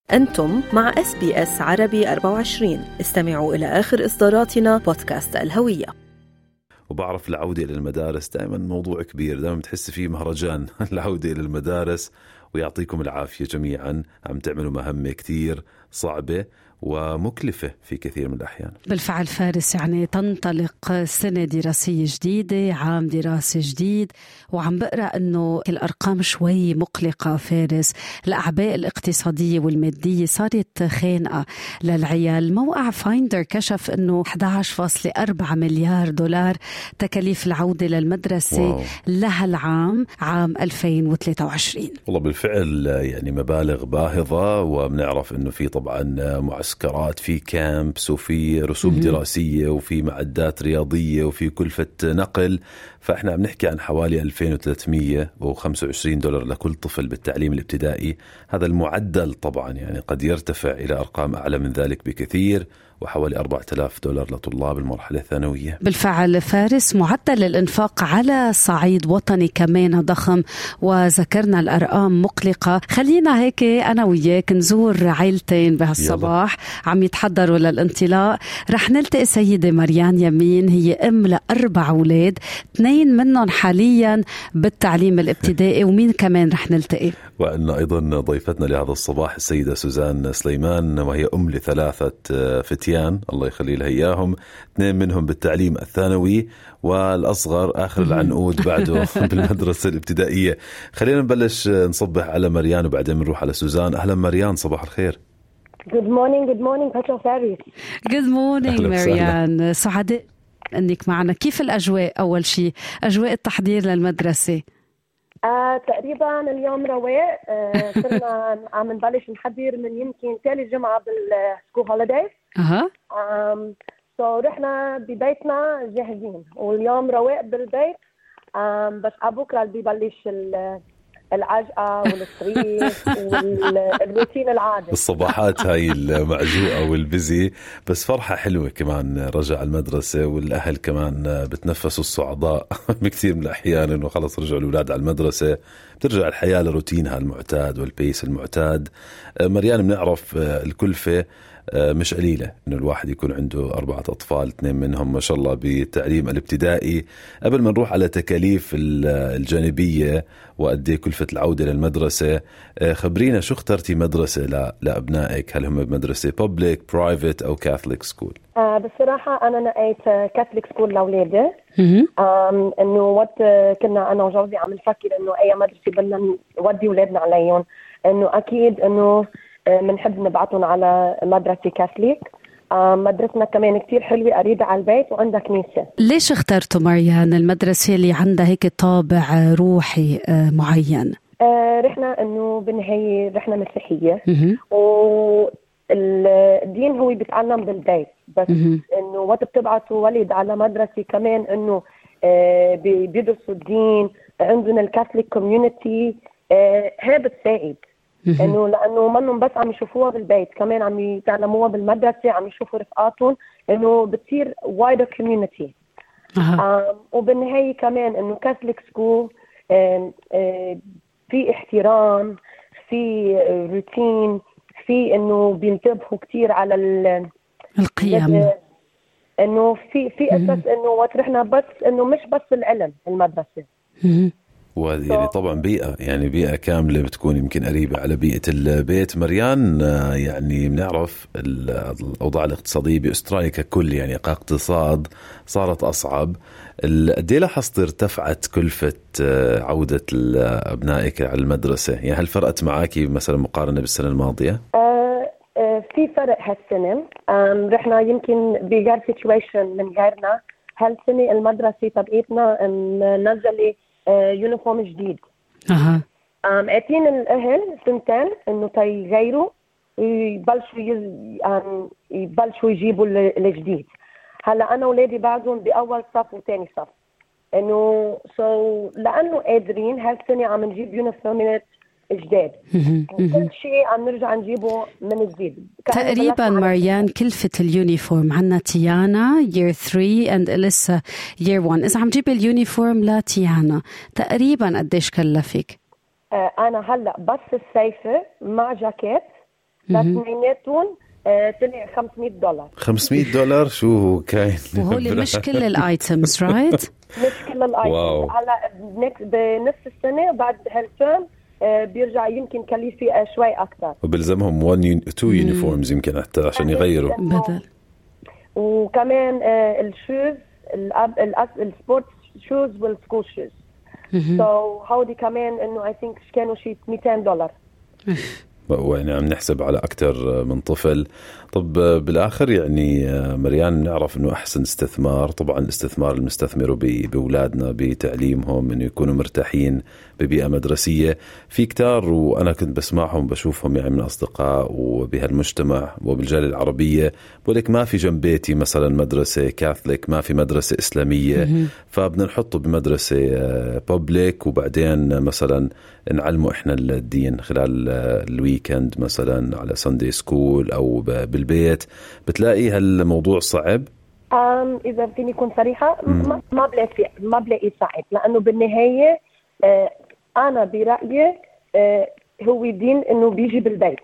أنتم مع SBS عربي 24. استمعوا إلى آخر إصداراتنا بودكاست الهوية. وبعرف العودة إلى المدارس دائما موضوع كبير، دائما بتحس فيه مهرجان العودة إلى المدارس. ويعطيكم العافية جميعا، عم تعملوا مهمة كتير صعبة ومكلفة في كثير من الأحيان. بالفعل فارس، يعني تنطلق سنة دراسية جديدة، عام دراسي جديد، وعم بقرأ أنه الأرقام شوي مقلقة فارس. الأعباء الاقتصادية والمادية صارت خانقة للعيال. موقع فايندر كشف أنه 11.4 مليار دولار تكاليف العودة للمدرسة لها العام، عام 2023. والله بالفعل يعني مبالغ باهظة، وبنعرف أنه في طبعا معسكرات، في كامبس، وفي رسوم دراسية، وفي معدات رياضية، وفي كلفة نقل. فإحنا عم نحكي عن حوالي 2325 دولار لكل طفل بالتعليم الابتدائي. هذا المعدل طبعا يعني قد يرتفع إلى أرقام أعلى من ذلك بكثير، وحوالي 4000 دولار لطلاب المرحلة الثانوية. بالفعل فارس، معدل الإنفاق على صعيد وطني كمان ضخم، وذكرنا الأرقام مقلقة. خلينا هيك أنا وياك نزور عائلتين بهالصباح عم يتحضروا للانطلاق. رح نلتقي سيدة مريان يمين، هي أم ل4 أولاد، 2 منهم حاليا بالتعليم الابتدائي. ومين كمان رح نلتقي؟ وأن أيضا ضيفتنا لهذا الصباح السيدة سوزان سليمان، وهي أم ل3 فتيان الله يخلي لها إياهم، 2 منهم بالتعليم الثانوي، والأصغر آخر العنقود بعده بالمدرسة الابتدائية. خلينا نبلش نصبح على مريان وبعدين نروح على سوزان. أهلا مريان، صباح الخير. Good morning Patrick فارس. Good morning مريان، سعداء أنك معنا. كيف الأجواء؟ أول شيء أجواء التحضير للمدرسة. تقريبا اليوم رواق. صرنا عم نبلش نحضر من يمكن ثالث جمعة بالسكول هوليدايز. رحنا ببيتنا جاهزين، واليوم رواق بالبيت. بس عبكرة بيبلش العجقة والصريخ والروتين العادي، الصباحات هاي المعجوقة والبزي. بس فرحة حلوة كمان، رجع المدرسة، والأهل كمان بتنفسوا الصعداء بكثير من الأحيان إنه خلص رجعوا الأولاد على المدرسة، بترجع الحياة لروتينها المعتاد والبيس المعتاد. مريان، بنعرف الكلفة مش قليلة إنه الواحد يكون عنده 4 أطفال، 2 منهم ما شاء الله بالتعليم الابتدائي. قبل ما نروح على تكاليف الجانبية وقد ايه كلفة العودة للمدرسة، خبرينا شو اخترتي مدرسة لأبنائك؟ هل هم بمدرسة public, private أو Catholic school؟ بصراحة أنا نقيت كاثوليك سكول لأولادي. إنه وقت كنا أنا وجوزي عم نفكر إنه أي مدرسة بدنا نودي أولادنا عليهم، إنه أكيد إنه منحب نبعتهم على مدرسة كاثوليك. مدرسنا كمان كتير حلوة، قريبة على البيت وعندها كنيسة. ليش اخترتوا مريان المدرسة اللي عندها هيك طابع روحي معين؟ رحنا إنه بالنهاية رحنا مسيحية، والدين هو بيتعلم بالبيت، بس إنه وقت بتبعتوا ولد على مدرسة كمان إنه بيدرسوا الدين، عندنا الكاثوليك كوميونيتي، هي بتساعد. إنه لأنه منهم بس عم يشوفوها بالبيت، كمان عم يتعلموها بالمدرسة، عم يشوفوا رفقاتهم، إنه بتصير wider community. وبالنهاية كمان إنه كاثوليك سكول في احترام، في روتين، في إنه بينتبهوا كتير على القيم، إنه في أساس إنه وقت رحنا بس إنه مش بس العلم المدرسة. ويعني طبعا بيئة كاملة بتكون يمكن قريبة على بيئة البيت. مريان، يعني بنعرف الأوضاع الاقتصادية بأستراليا ككل يعني كاقتصاد صارت أصعب. قد ايه لاحظت ارتفعت كلفة عودة أبنائك على المدرسة؟ يعني هل فرقت معاكي مثلا مقارنة بالسنة الماضية؟ في فرق هالسنة. رحنا يمكن بغير سيتويشن من غيرنا. هالسنة المدرسة تبعيتنا نزل يونيفورم جديد. قاتين الأهل 2 إنه يغيروا يبلشوا يجيبوا الجديد. هلا أنا ولادي بعضهم بأول صف وثاني صف، إنه لأنه قادرين هالسنة عم نجيب يونيفورمات جداد، كل شيء عم نرجع نجيبه من جديد. تقريبا مريان كلفة اليونيفورم عنا تيانا year 3 and إليسا year 1. إذا عم جيب اليونيفورم لتيانا تقريبا قديش كلفك؟ أنا هلأ بس السيفة مع جاكيت لاثنيناتهم طلع $500. $500 شو كاين؟ وهولي مش كل الايتمز رايت؟ مش كل الايتمز. على بنص السنه بعد هالترم بيرجع يمكن كلفة شوي أكثر. وبلزمهم 2 يونيفورمز يمكن حتى عشان يغيروا بدل. وكمان الشوز السبورت شوز والسكول شوز. هودي كمان إنه I think كانوا شيء $200. يعني عم نحسب على أكثر من طفل. طب بالآخر يعني مريان نعرف أنه أحسن استثمار طبعا الاستثمار المستثمر بأولادنا بتعليمهم أنه يكونوا مرتاحين ببيئة مدرسية. في كتار وأنا كنت بسمعهم بشوفهم يعني من أصدقاء وبهالمجتمع وبالجالية العربية بقولك ما في جنب بيتي مثلا مدرسة كاثوليك ما في مدرسة إسلامية فبدنا نحطه بمدرسة بابليك وبعدين مثلا نعلمه إحنا الدين خلال الويكند مثلا على ساندي سكول أو بالبيت. بتلاقي هالموضوع صعب؟ إذا فيني أكون صريحة ما بلاقي صعب لأنه بالنهاية أنا برأيي هو دين إنه بيجي بالبيت.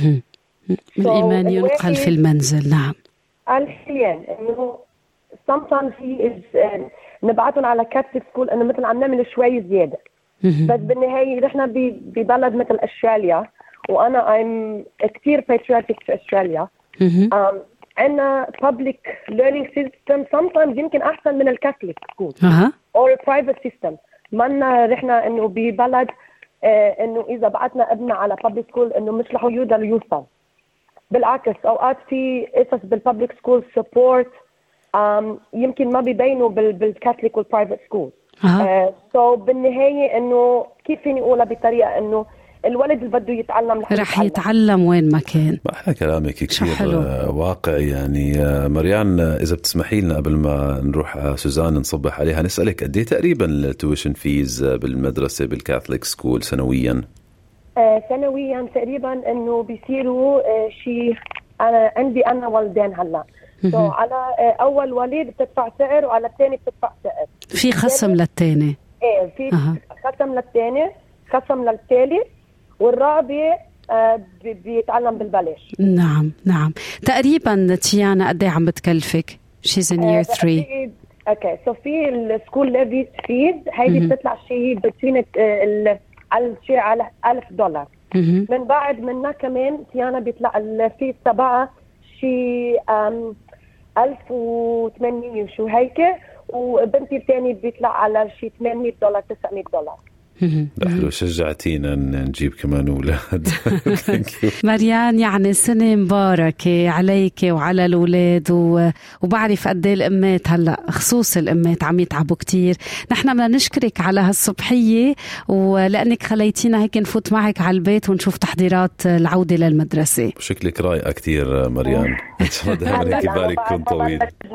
الإيمان ينقل في المنزل. نعم. الحين إنه sometimes he is نبعتهم على كاتوليك سكول إنه مثل عم نعمل شوي زيادة. بس بالنهاية نحن ببلد مثل أستراليا وأنا I'm كتير patriotic في أستراليا. عنا public learning system sometimes يمكن أحسن من الكاثوليك سكول or private system. منا رحنا إنه ببلد إنه إذا بعتنا ابننا على public school إنه مش رح يقدر يوصل. بالعكس أوقات في قصص بالpublic school support يمكن ما بيبينوا بالكاثوليك والprivate school. so بالنهاية إنه كيف فيني أقولها بطريقة إنه الولد اللي بده يتعلم رح يتعلم وين ما كان. أحلى كلامك كثير واقعي يعني. مريان إذا بتسمحي لنا قبل ما نروح سوزان نصبح عليها نسألك قد إيه تقريبا التويشن فيز بالمدرسة بالكاثوليك سكول سنويا؟ سنويا تقريبا إنه بيصيروا شيء أنا عندي أنا ولدين هلا على أول وليد بتدفع سعر وعلى الثاني بتدفع سعر. في خصم للثاني؟ إيه في خصم للثاني خصم للثالث والرابع بيتعلم بالبلاش. نعم نعم. تقريبا تيانا قد ايه عم بتكلفك؟ She's in year 3. اوكي سو في السكول ليفي فيز هيدي بتطلع شيء بتوين على شيء على $1,000. من بعد منا كمان تيانا بيطلع الفيز تبعها شيء 1800 وشو هيك وبنتي الثاني بيطلع على شيء $800 $900. حلو شجعتينا نجيب كمان أولاد. مريان يعني سنة مباركة عليك وعلى الأولاد وبعرف قد ايه الأمات هلأ خصوص الأمات عم يتعبوا كتير. نحن بدنا نشكرك على هالصبحية ولأنك خليتينا هيك نفوت معك على البيت ونشوف تحضيرات العودة للمدرسة. شكلك رائعة كتير مريان. إن شاء الله دائما هيك بالك كن طويل.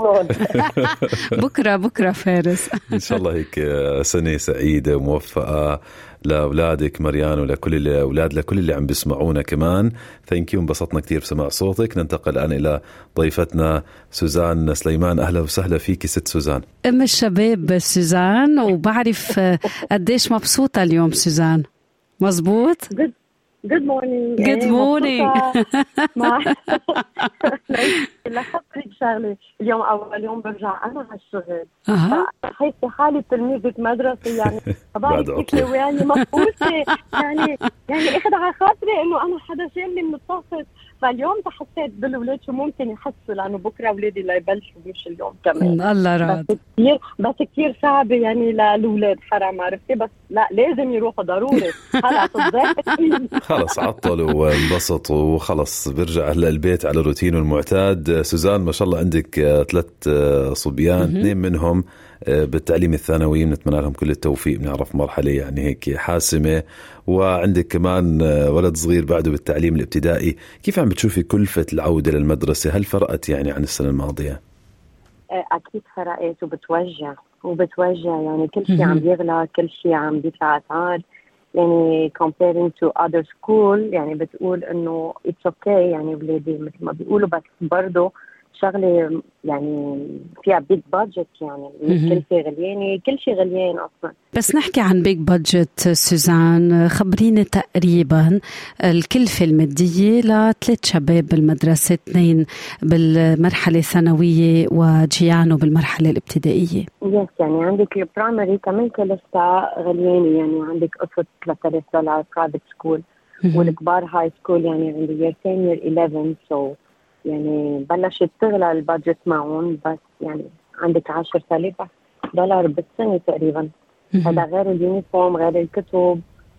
بكرة فارس. إن شاء الله هيك سنة سعيدة وموفقة لأولادك مريان ولكل الأولاد لكل اللي عم بيسمعونا كمان. ثانك يو انبسطنا كتير بسماع صوتك. ننتقل الآن إلى ضيفتنا سوزان سليمان. أهلا وسهلا فيك ست سوزان. أم الشباب سوزان وبعرف قديش مبسوطة اليوم سوزان. مزبوط؟ Good morning. Good morning. لاحظت شغلة اليوم أول يوم برجع أنا على الشغل. حيث حالي تلميذة مدرسة يعني بعرف كيف ويعني مفقوسة يعني أخذ على خاطري إنه أنا حدا شايلني من الطاقة. فاليوم حسيت بالولاد شو ممكن يحسوا لأنه بكرة أولادي لا يبلشوا مش اليوم كمان. الله راد. بس كتير صعبة يعني للولاد حرام عرفتي بس لا لازم يروحوا ضروري. خلص عطلوا وانبسطوا وخلص برجع هلا البيت على روتينه المعتاد. سوزان ما شاء الله عندك 3 صبيان 2 منهم بالتعليم الثانوي بنتمنى لهم كل التوفيق. بنعرف مرحلة يعني هيك حاسمة وعندك كمان ولد صغير بعده بالتعليم الابتدائي. كيف عم بتشوفي كلفة العودة للمدرسة؟ هل فرقت يعني عن السنة الماضية؟ أكيد فرقت وبتوجع يعني كل شيء عم بيغلى كل شيء عم بيطلع أسعار يعني comparing to other school يعني بتقول إنه it's okay يعني ولادي مثل ما بيقولوا بس برضو شغلة يعني فيها بيج بادجت، يعني الكلفة غليانة، كل شيء غليان أصلا. بس نحكي عن بيج بادجت سوزان، خبريني تقريبا الكلفة المادية ل3 شباب بالمدرسة، 2 بالمرحلة الثانوية وجيانو بالمرحلة الابتدائية. يس، يعني عندك البرايمري كمان كلفتها غليانة، يعني عندك قصة $3000 برايفت سكول، والكبار هاي سكول يعني عندي year 10 year 11 so يعني بلشت تغلى البادجت معهم، بس يعني عندك $10,000 بالسنة تقريبا. هذا غير اليونيفورم، غير الكتب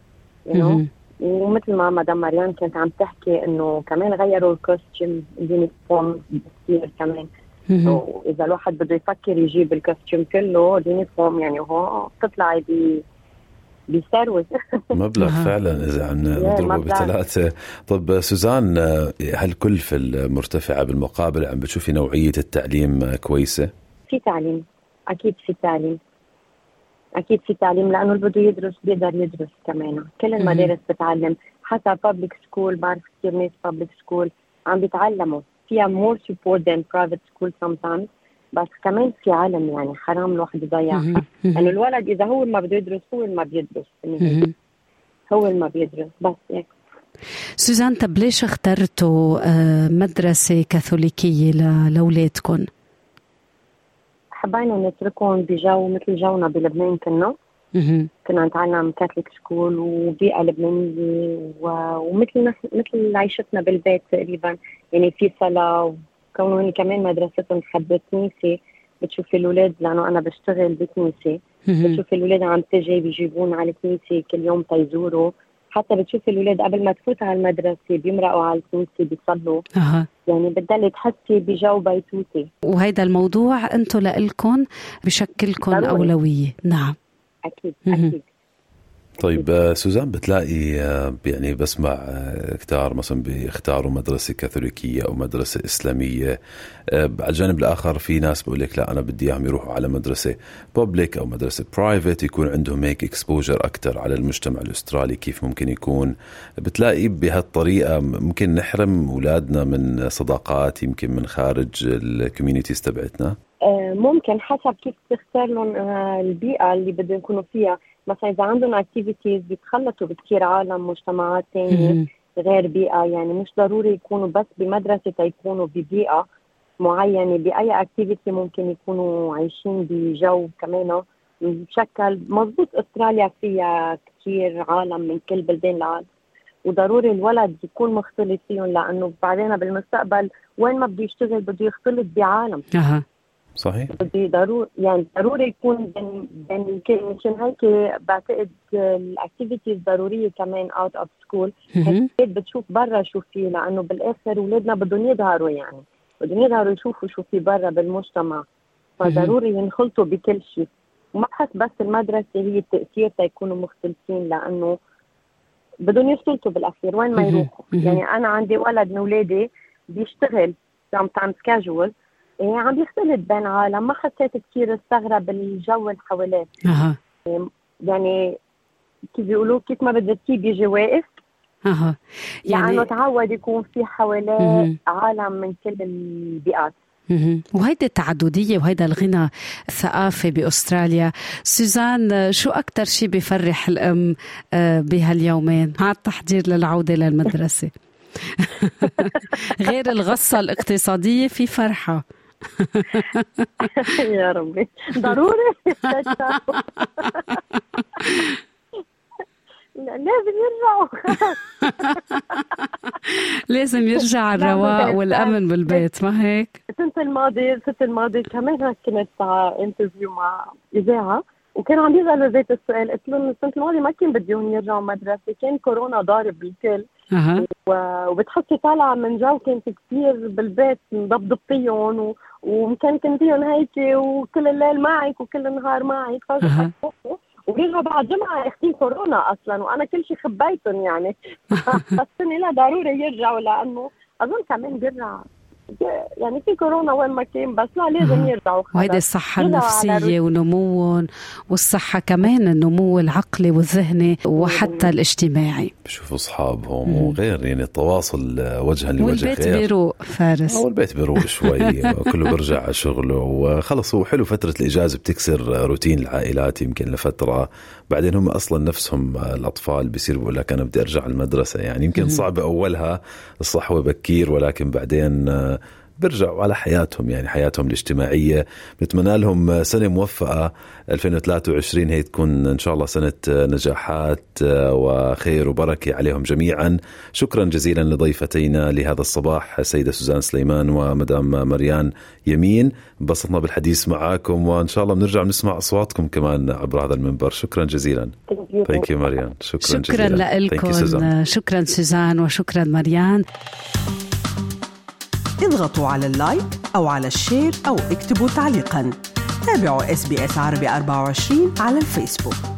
ومثل ما مدام مريان كانت عم تحكي انه كمان غيروا الكوستيوم اليونيفورم بكثير كمان. إذا الواحد بده يفكر يجيب الكوستيوم كله اليونيفورم يعني هو بتطلعي بيسروس مبلغ فعلا إذا عم نضربه ب3. طب سوزان، هل الكلفة المرتفعة بالمقابل عم بتشوفي نوعية التعليم كويسة؟ في تعليم، أكيد في تعليم، أكيد في تعليم، لأنه اللي بده يدرس بيقدر يدرس كمان. كل المدارس بتعلم، حتى public school بعرف كثير ناس public school عم بيتعلموا فيها more support than private school sometimes. بس كمان في عالم يعني حرام الواحد يضيعها، لأنه الولد إذا هو ما بده يدرس هو ما بيدرس، هو ما بيدرس بس يعني. سوزان، طب ليش اخترتوا مدرسة كاثوليكية لأولادكم؟ حبينا نتركهم بجو مثل جونا بلبنان. كنا نتعلم كاثوليك سكول وبيئة لبنانية ومثل عيشتنا بالبيت تقريبا، يعني في صلاة، كونه كمان مدرستهم حد كنيسة. بتشوفي الأولاد، لأنه أنا بشتغل بكنيسة، بتشوفي الأولاد عم تجي بيجيبون على الكنيسة كل يوم تيزوروا. حتى بتشوفي الأولاد قبل ما تفوت على المدرسة بيمرقوا على الكنيسة بيصلوا. يعني بدل تحسي بجو بيتوتي. وهيدا الموضوع أنتوا لإلكم بشكلكم أولوية. نعم أكيد أكيد. طيب سوزان، بتلاقي يعني بسمع كتار مثلا بيختاروا مدرسة كاثوليكية أو مدرسة إسلامية، على الجانب الآخر في ناس بقول لك لا أنا بدي إياهم يروحوا على مدرسة بوبليك أو مدرسة برايفت، يكون عندهم هيك إكسبوجر أكتر على المجتمع الأسترالي. كيف ممكن يكون بتلاقي بهالطريقة ممكن نحرم أولادنا من صداقات يمكن من خارج الكوميونيتيز تبعتنا؟ ممكن حسب كيف تختار لهم البيئة اللي بدهم يكونوا فيها. مثلا إذا عندهم اكتيفيتيز بيتخلطوا بكثير عالم مجتمعات تانية غير بيئة، يعني مش ضروري يكونوا بس بمدرسة يكونوا ببيئة معينة. بأي اكتيفيتي ممكن يكونوا عايشين بجو كمان مشكل. مضبوط، أستراليا فيها كثير عالم من كل بلدان العالم، وضروري الولد يكون مختلط فيهم، لأنه بعدين بالمستقبل وين ما بده يشتغل بده يختلط بعالم. صحيح. ضروري يكون بين مشان هيك بعتقد الاكتيفيتيز ضروريه كمان اوت اوف سكول. هيك بتشوف برا شو في، لانه بالاخر اولادنا بدهم يظهروا، يعني بدهم يظهروا يشوفوا شو في برا بالمجتمع، فضروري ينخلطوا بكل شيء. وما بحس بس المدرسه هي التاثير تيكونوا مختلفين، لانه بدهم يختلطوا بالاخير وين ما يروحوا. يعني انا عندي ولد من اولادي بيشتغل sometimes casual، عم يختلط بين عالم. ما حسيت كثير استغرب الجو اللي حواليه. يعني كيف بيقولوا كيف ما بدك بيجي واقف. يعني لأنه تعود يكون في حواليه عالم من كل البيئات. وهيدا التعددية وهيدا الغنى الثقافي بأستراليا. سوزان، شو أكتر شيء بيفرح الأم بهاليومين مع التحضير للعودة للمدرسة؟ غير الغصة الاقتصادية في فرحة. يا ربي ضروري لازم يرجعوا. لازم يرجع الرواق والأمن بالبيت، ما هيك؟ السنة الماضية كمان كنت انترفيو مع إذاعة، وكانوا عم يسألوا ذات السؤال. قلت لهم السنة الماضية ما كان بدهم يرجعوا مدرسة، كان كورونا ضارب بالكل. وبتحسي طالعة من جو كانت كثير بالبيت مضبطيهم ومكنكنتيهم هيك، وكل الليل معك وكل النهار معك. ورجعوا بعد جمعة اختين كورونا أصلا، وأنا كل شيء خبيتهم يعني. بس لا ضروري يرجعوا، لأنه أظن كمان بيرجع يعني في كورونا وين ما كان، بس لا لازم يرجعوا. وهيدي الصحة النفسية ونموهم، والصحة كمان النمو العقلي والذهني وحتى الاجتماعي. بشوفوا أصحابهم وغير، يعني التواصل وجها لوجه. والبيت بيروق فارس، والبيت بيروق شوي كله برجع على شغله وخلص. هو حلو فترة الإجازة بتكسر روتين العائلات يمكن لفترة، بعدين هم أصلا نفسهم الأطفال بيصير بيقول لك أنا بدي أرجع المدرسة. يعني يمكن صعب أولها الصحوة بكير، ولكن بعدين برجعوا على حياتهم، يعني حياتهم الاجتماعية. نتمنى لهم سنة موفقة 2023، هي تكون إن شاء الله سنة نجاحات وخير وبركة عليهم جميعا. شكرا جزيلا لضيفتينا لهذا الصباح سيدة سوزان سليمان ومدام مريان يمين. انبسطنا بالحديث معاكم، وإن شاء الله بنرجع نسمع أصواتكم كمان عبر هذا المنبر. شكرا جزيلا. Thank you مريان. شكرا جزيلا لكم. شكرا سوزان وشكرا مريان. اضغطوا على اللايك أو على الشير أو اكتبوا تعليقاً. تابعوا SBS عربي 24 على الفيسبوك.